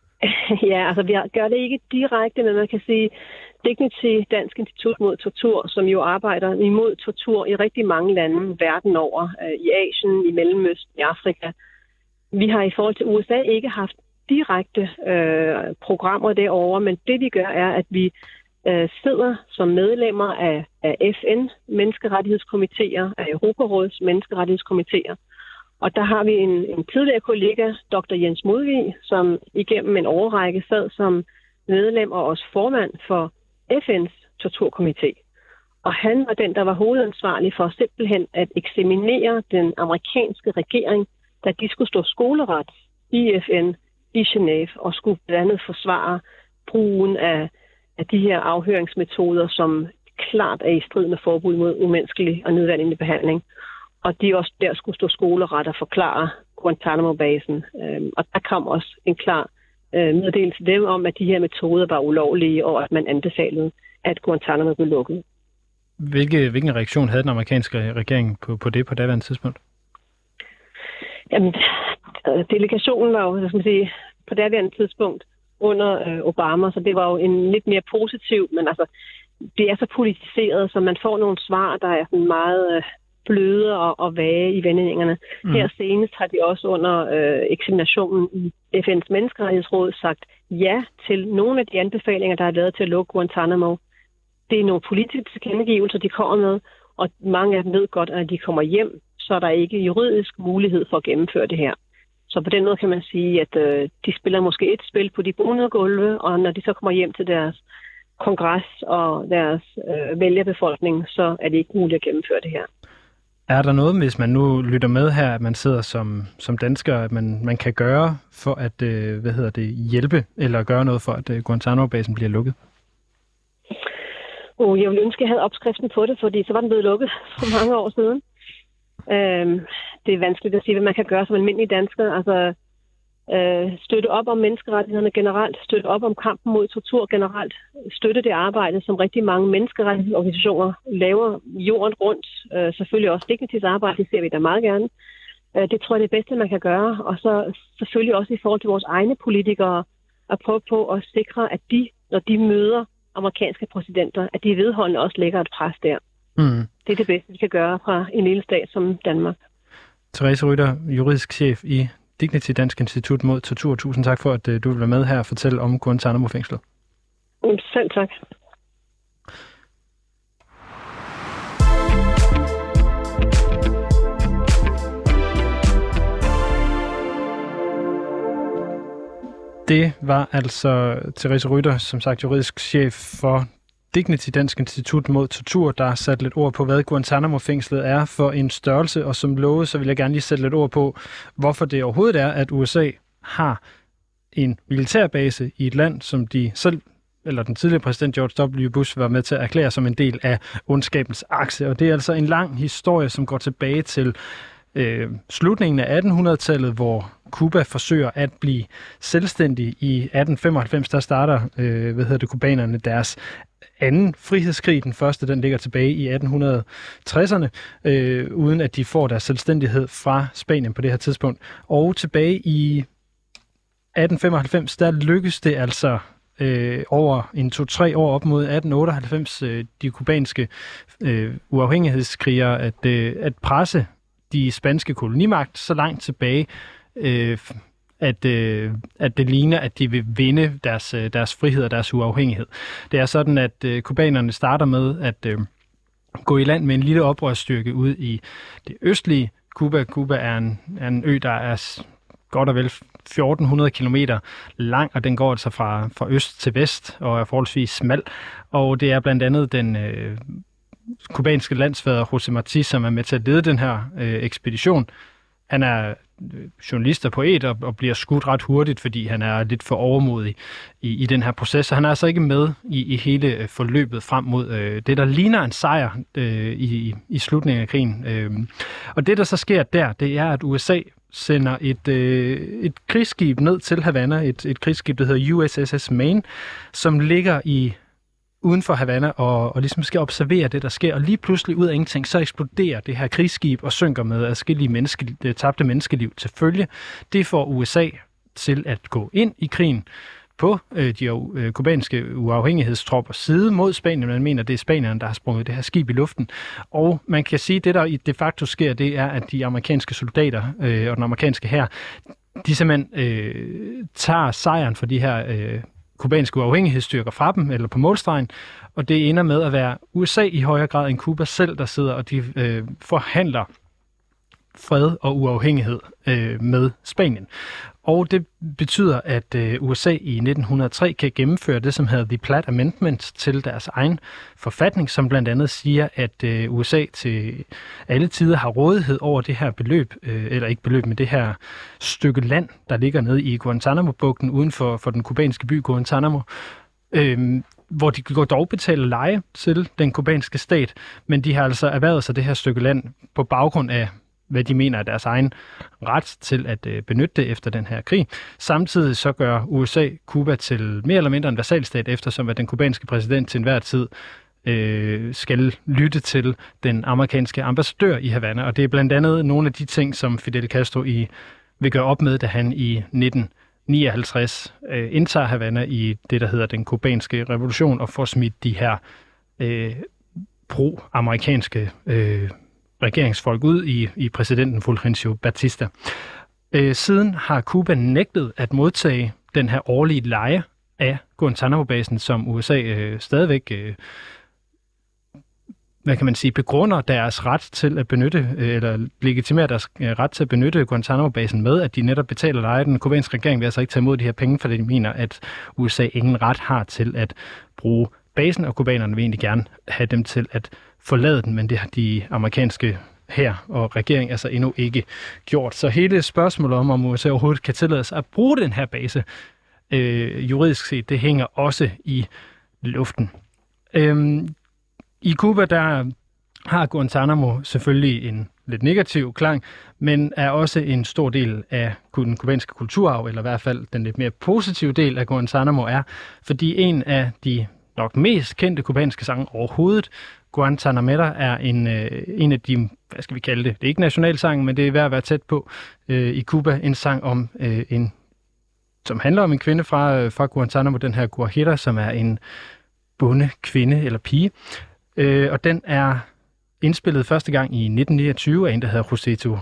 D: Ja, altså vi gør det ikke direkte, men man kan sige, Dignity, Dansk Institut mod Tortur, som jo arbejder imod tortur i rigtig mange lande verden over, i Asien, i Mellemøsten, i Afrika. Vi har i forhold til USA ikke haft direkte programmer derovre, men det vi gør er, at vi sidder som medlemmer af FN menneskerettighedskomitéer, af Europarådets menneskerettighedskomitéer. Og der har vi en tidligere kollega, Dr. Jens Modvig, som igennem en årrække sad som medlem og også formand for FN's torturkomité. Og han var den, der var hovedansvarlig for simpelthen at eksaminere den amerikanske regering, da de skulle stå skoleret i FN i Genève og skulle blandt andet forsvare brugen af de her afhøringsmetoder, som klart er i strid med forbud mod umenneskelig og nedværdigende behandling. Og de også der skulle stå skoleret og forklare Guantanamo-basen. Og der kom også en klar meddelelse til dem om, at de her metoder var ulovlige, og at man anbefalede, at Guantanamo blev lukket.
A: Hvilken reaktion havde den amerikanske regering på det på daværende tidspunkt?
D: Jamen, delegationen var jo, på daværende tidspunkt under Obama, så det var jo en lidt mere positiv, men altså, det er så politiseret, så man får nogle svar, der er sådan meget bløde og vage i vendingerne. Her senest har de også under eksaminationen i FN's menneskerettighedsråd sagt ja til nogle af de anbefalinger, der er lavet til at lukke Guantanamo. Det er nogle politiske tilkendegivelser, de kommer med, og mange af dem ved godt, at de kommer hjem, så er der ikke juridisk mulighed for at gennemføre det her. Så på den måde kan man sige, at de spiller måske et spil på de bonede gulve, og når de så kommer hjem til deres kongres og deres vælgerbefolkning, så er det ikke muligt at gennemføre det her.
A: Er der noget, hvis man nu lytter med her, at man sidder som dansker, at man kan gøre for at hjælpe eller gøre noget for, at Guantanamo-basen bliver lukket?
D: Jeg ville ønske, at jeg havde opskriften på det, fordi så var den blevet lukket for mange år siden. Det er vanskeligt at sige, hvad man kan gøre som almindelig dansker. Altså, støtte op om menneskerettighederne generelt, støtte op om kampen mod tortur generelt, støtte det arbejde, som rigtig mange menneskerettighedsorganisationer laver jorden rundt. Selvfølgelig også Dignity's arbejde, det ser vi da meget gerne. Det tror jeg er det bedste, man kan gøre. Og så selvfølgelig også i forhold til vores egne politikere, at prøve på at sikre, at de, når de møder amerikanske præsidenter, at de vedholdende også lægger et pres der. Mm. Det er det bedste, vi kan gøre fra en lille stat som Danmark.
A: Therese Rytter, juridisk chef i Dignity Dansk Institut mod Tortur. Tusind tak for, at du vil være med her og fortælle om Guantanamo-fængslet.
D: Selv tak.
A: Det var altså Therese Rytter, som sagt juridisk chef for Dignity Dansk Institut mod Tortur, der har sat lidt ord på, hvad Guantanamo-fængslet er for en størrelse, og som lovet, så vil jeg gerne lige sætte lidt ord på, hvorfor det overhovedet er, at USA har en militærbase i et land, som de selv, eller den tidligere præsident George W. Bush, var med til at erklære som en del af ondskabens akse. Og det er altså en lang historie, som går tilbage til slutningen af 1800-tallet, hvor Cuba forsøger at blive selvstændig. I 1895, der starter kubanerne deres anden frihedskrig. Den første, den ligger tilbage i 1860'erne, uden at de får deres selvstændighed fra Spanien på det her tidspunkt. Og tilbage i 1895, der lykkes det altså over en 2-3 år op mod 1898, de kubanske uafhængighedskrigere, at presse de spanske kolonimagt så langt tilbage, at det ligner, at de vil vinde deres frihed og deres uafhængighed. Det er sådan, at kubanerne starter med at gå i land med en lille oprørsstyrke ude i det østlige Cuba. Cuba er en ø, der er godt og vel 1400 kilometer lang, og den går altså fra øst til vest og er forholdsvis smal. Og det er blandt andet den kubanske landsfader José Martí, som er med til at lede den her ekspedition. Han er journalist og poet og bliver skudt ret hurtigt, fordi han er lidt for overmodig i den her proces. Så han er altså ikke med i hele forløbet frem mod det, der ligner en sejr i slutningen af krigen. Og det, der så sker der, det er, at USA sender et krigsskib ned til Havana, et krigsskib, der hedder USS Maine, som ligger uden for Havana og ligesom skal observere det, der sker. Og lige pludselig ud af ingenting, så eksploderer det her krigsskib og synker med adskillige tabte menneskeliv til følge. Det får USA til at gå ind i krigen på de kubanske uafhængighedstropper side mod Spanien. Man mener, det er spanierne, der har sprunget det her skib i luften. Og man kan sige, at det, der de facto sker, det er, at de amerikanske soldater og den amerikanske hær, de simpelthen tager sejren for de her kubanske uafhængighedsstyrker fra dem, eller på målstregen, og det ender med at være USA i højere grad end Cuba selv, der sidder og de forhandler fred og uafhængighed med Spanien. Og det betyder, at USA i 1903 kan gennemføre det, som hedder The Platt Amendment til deres egen forfatning, som blandt andet siger, at USA til alle tider har rådighed over det her beløb, eller ikke beløb, men det her stykke land, der ligger nede i Guantanamo-bugten uden for den kubanske by Guantanamo, hvor de går dog betale leje til den kubanske stat, men de har altså erhvervet sig det her stykke land på baggrund af hvad de mener er deres egen ret til at benytte det efter den her krig. Samtidig så gør USA Cuba til mere eller mindre en vasalstat, eftersom at den kubanske præsident til enhver tid skal lytte til den amerikanske ambassadør i Havana. Og det er blandt andet nogle af de ting, som Fidel Castro vil gøre op med, da han i 1959 indtager Havana i det, der hedder den kubanske revolution, og får smidt de her pro-amerikanske regeringsfolk ud i præsidenten Fulgencio Batista. Siden har Cuba nægtet at modtage den her årlige leje af Guantanamo-basen, som USA stadigvæk begrunder deres ret til at benytte, eller legitimerer deres ret til at benytte Guantanamo-basen med, at de netop betaler leje. Den kubanske regering vil altså ikke tage imod de her penge, fordi de mener, at USA ingen ret har til at bruge basen, og kubanerne vil egentlig gerne have dem til at forlade den, men det har de amerikanske her, og regeringen altså endnu ikke gjort. Så hele spørgsmålet om USA overhovedet kan tillades at bruge den her base juridisk set, det hænger også i luften. I Cuba, der har Guantánamo selvfølgelig en lidt negativ klang, men er også en stor del af den kubanske kulturarv, eller i hvert fald den lidt mere positive del af Guantánamo er, fordi en af de nok mest kendte kubanske sange overhovedet, Guantanamera, er en af de, hvad skal vi kalde det, det er ikke nationalsangen, men det er værd at være tæt på i Cuba, en sang om som handler om en kvinde fra Guantánamo, den her Guajira, som er en bonde kvinde eller pige, og den er indspillet første gang i 1929 af en, der hedder Joseito.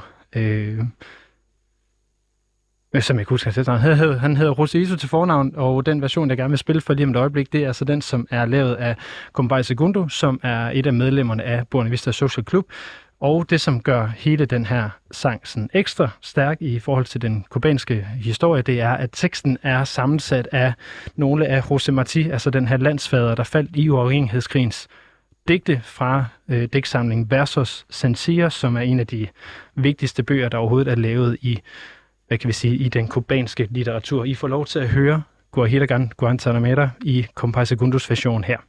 A: Som jeg kunne huske, han hedder Joseito til fornavn, og den version, jeg gerne vil spille for lige om et øjeblik, det er altså den, som er lavet af Compay Segundo, som er et af medlemmerne af Buena Vista Social Club. Og det, som gør hele den her sang sådan ekstra stærk i forhold til den kubanske historie, det er, at teksten er sammensat af nogle af José Martí, altså den her landsfader, der faldt i uafhængighedskrigens digte fra digtsamlingen Versos Sencillos, som er en af de vigtigste bøger, der overhovedet er lavet i, hvad kan vi sige, i den kubanske litteratur. I får lov til at høre Guajira Guantanamera i Compay Segundos version her.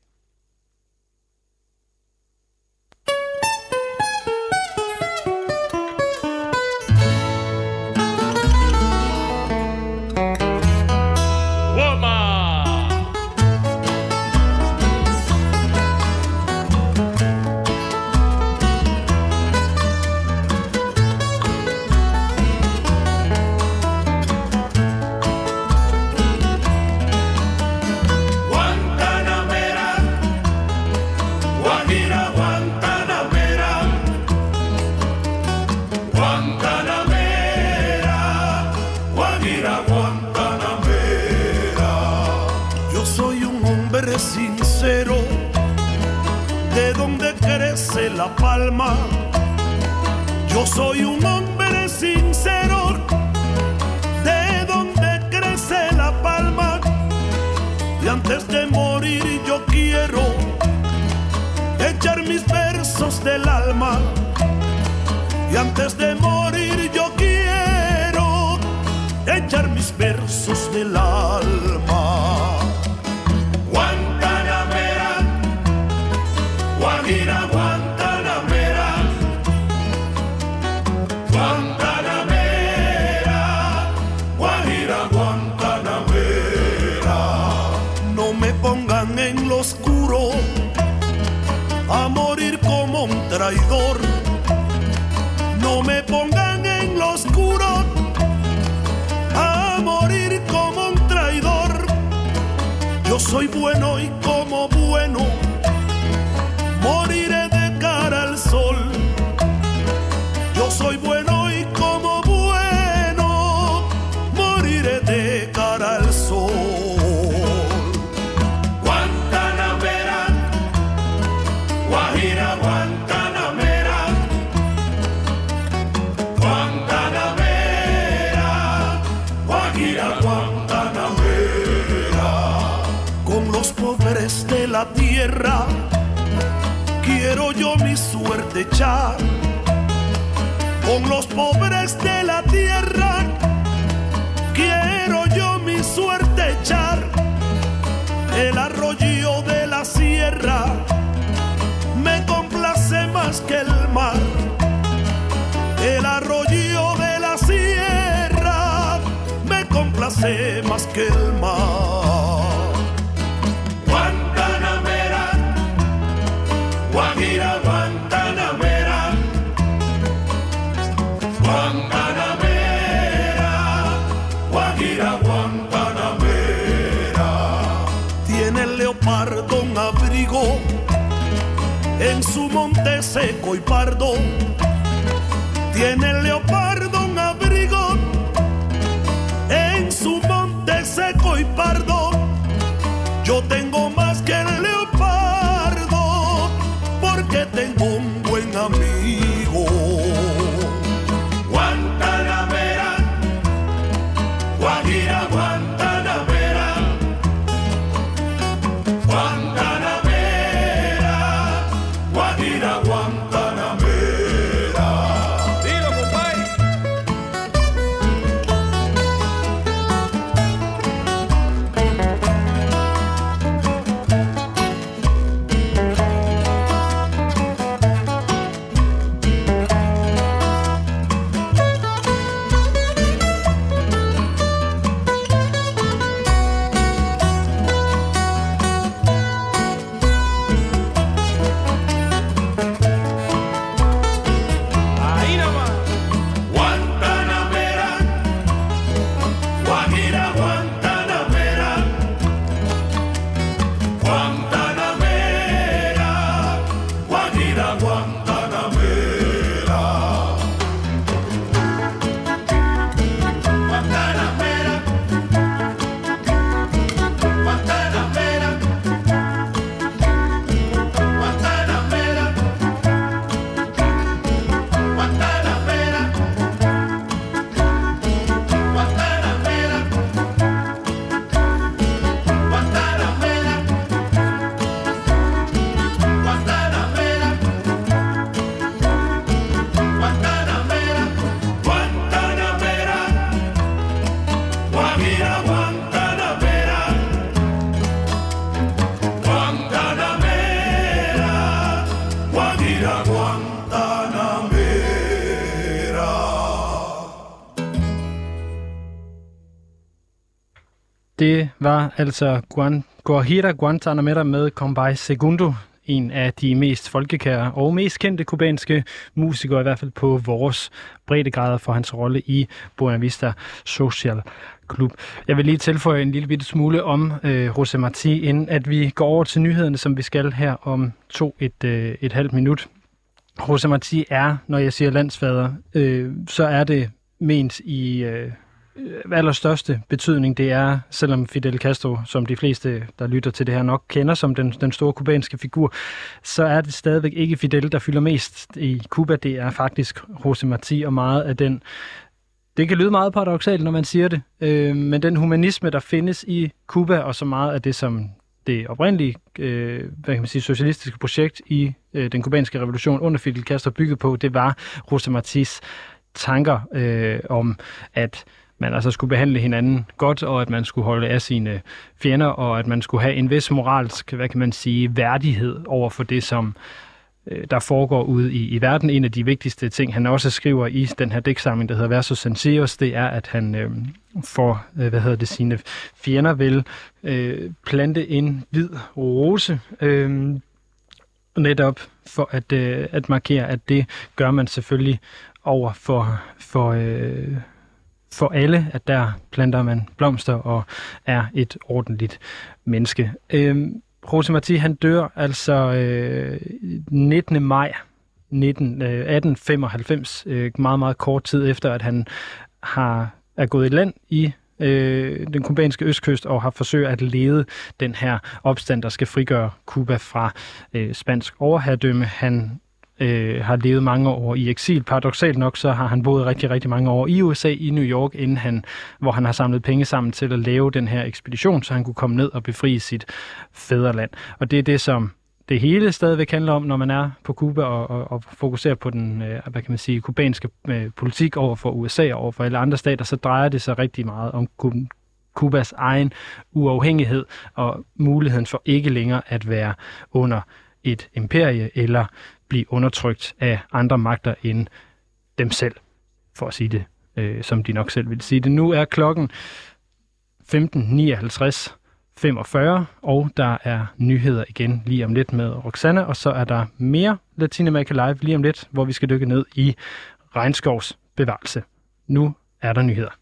E: Sincero, de donde crece la palma. Yo soy un hombre sincero, de donde crece la palma. Y antes de morir yo quiero echar mis versos del alma. Y antes de morir yo quiero echar mis versos del alma. Guajira Guantanamera, Guantanamera, Guajira Guantanamera. No me pongan en lo oscuro a morir como un traidor. No me pongan en lo oscuro a morir como un traidor. Yo soy bueno y como bueno moriré de cara al sol. Yo soy bueno y como bueno moriré de cara al sol. Guantanamera, Guajira Guantanamera, Guantanamera, Guajira Guantanamera. Con los pobres de la tierra quiero yo mi suerte echar. Con los pobres de la tierra quiero yo mi suerte echar. El arroyo de la sierra me complace más que el mar. El arroyo de la sierra me complace más que el mar. Guantanamera, Guajira Guantanamera, Guantanamera, Guajira Guantanamera. Tiene el leopardo un abrigo en su monte seco y pardo. Tiene el leopardo un abrigo en su monte seco y pardo. Yo tengo más que el leopardo, porque tengo un buen amigo. Guantanamera, Guajira Guantanamera, Guantanamera, Guajira Guantanamera.
A: Det var altså Guajira Guantanamera med Compay Segundo, en af de mest folkekære og mest kendte kubanske musikere, i hvert fald på vores breddegrader for hans rolle i Buena Vista Social Club. Jeg vil lige tilføje en lille bitte smule om José Martí, inden at vi går over til nyhederne, som vi skal her om et halvt minut. José Martí er, når jeg siger landsfader, så er det ment i allerstørste betydning. Det er, selvom Fidel Castro, som de fleste, der lytter til det her, nok kender som den store kubanske figur, så er det stadigvæk ikke Fidel, der fylder mest i Cuba. Det er faktisk José Martí, og meget af den. Det kan lyde meget paradoksalt, når man siger det, men den humanisme, der findes i Cuba, og så meget af det, som det oprindelige socialistiske projekt i den kubanske revolution under Fidel Castro byggede på, det var José Martís tanker om, at man altså skulle behandle hinanden godt, og at man skulle holde af sine fjender, og at man skulle have en vis moralsk, værdighed over for det, som der foregår ude i verden. En af de vigtigste ting, han også skriver i den her digtsamling, der hedder Versos Sencillos, det er, at han for sine fjender vil plante en hvid rose, netop for at markere, at det gør man selvfølgelig over for alle, at der planter man blomster og er et ordentligt menneske. José Martí, han dør altså 19. maj 1895, meget, meget kort tid efter, at han er gået i land i den kubanske østkyst og har forsøgt at lede den her opstand, der skal frigøre Cuba fra spansk overherredømme. Han har levet mange år i eksil. Paradoksalt nok, så har han boet rigtig, rigtig mange år i USA, i New York, hvor han har samlet penge sammen til at lave den her ekspedition, så han kunne komme ned og befri sit fædreland. Og det er det, som det hele stadigvæk handler om, når man er på Cuba og fokuserer på den, kubanske politik over for USA og over for alle andre stater, så drejer det sig rigtig meget om Cubas egen uafhængighed og muligheden for ikke længere at være under et imperie eller blive undertrykt af andre magter end dem selv, for at sige det, som de nok selv vil sige det. Nu er klokken 15:59:45, og der er nyheder igen lige om lidt med Roxanna, og så er der mere Latinamerika Live lige om lidt, hvor vi skal dykke ned i regnskovs bevarelse. Nu er der nyheder.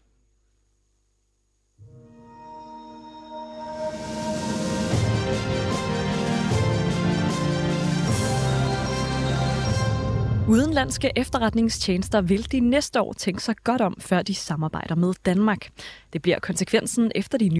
F: Udenlandske efterretningstjenester vil de næste år tænke sig godt om, før de samarbejder med Danmark. Det bliver konsekvensen efter de nye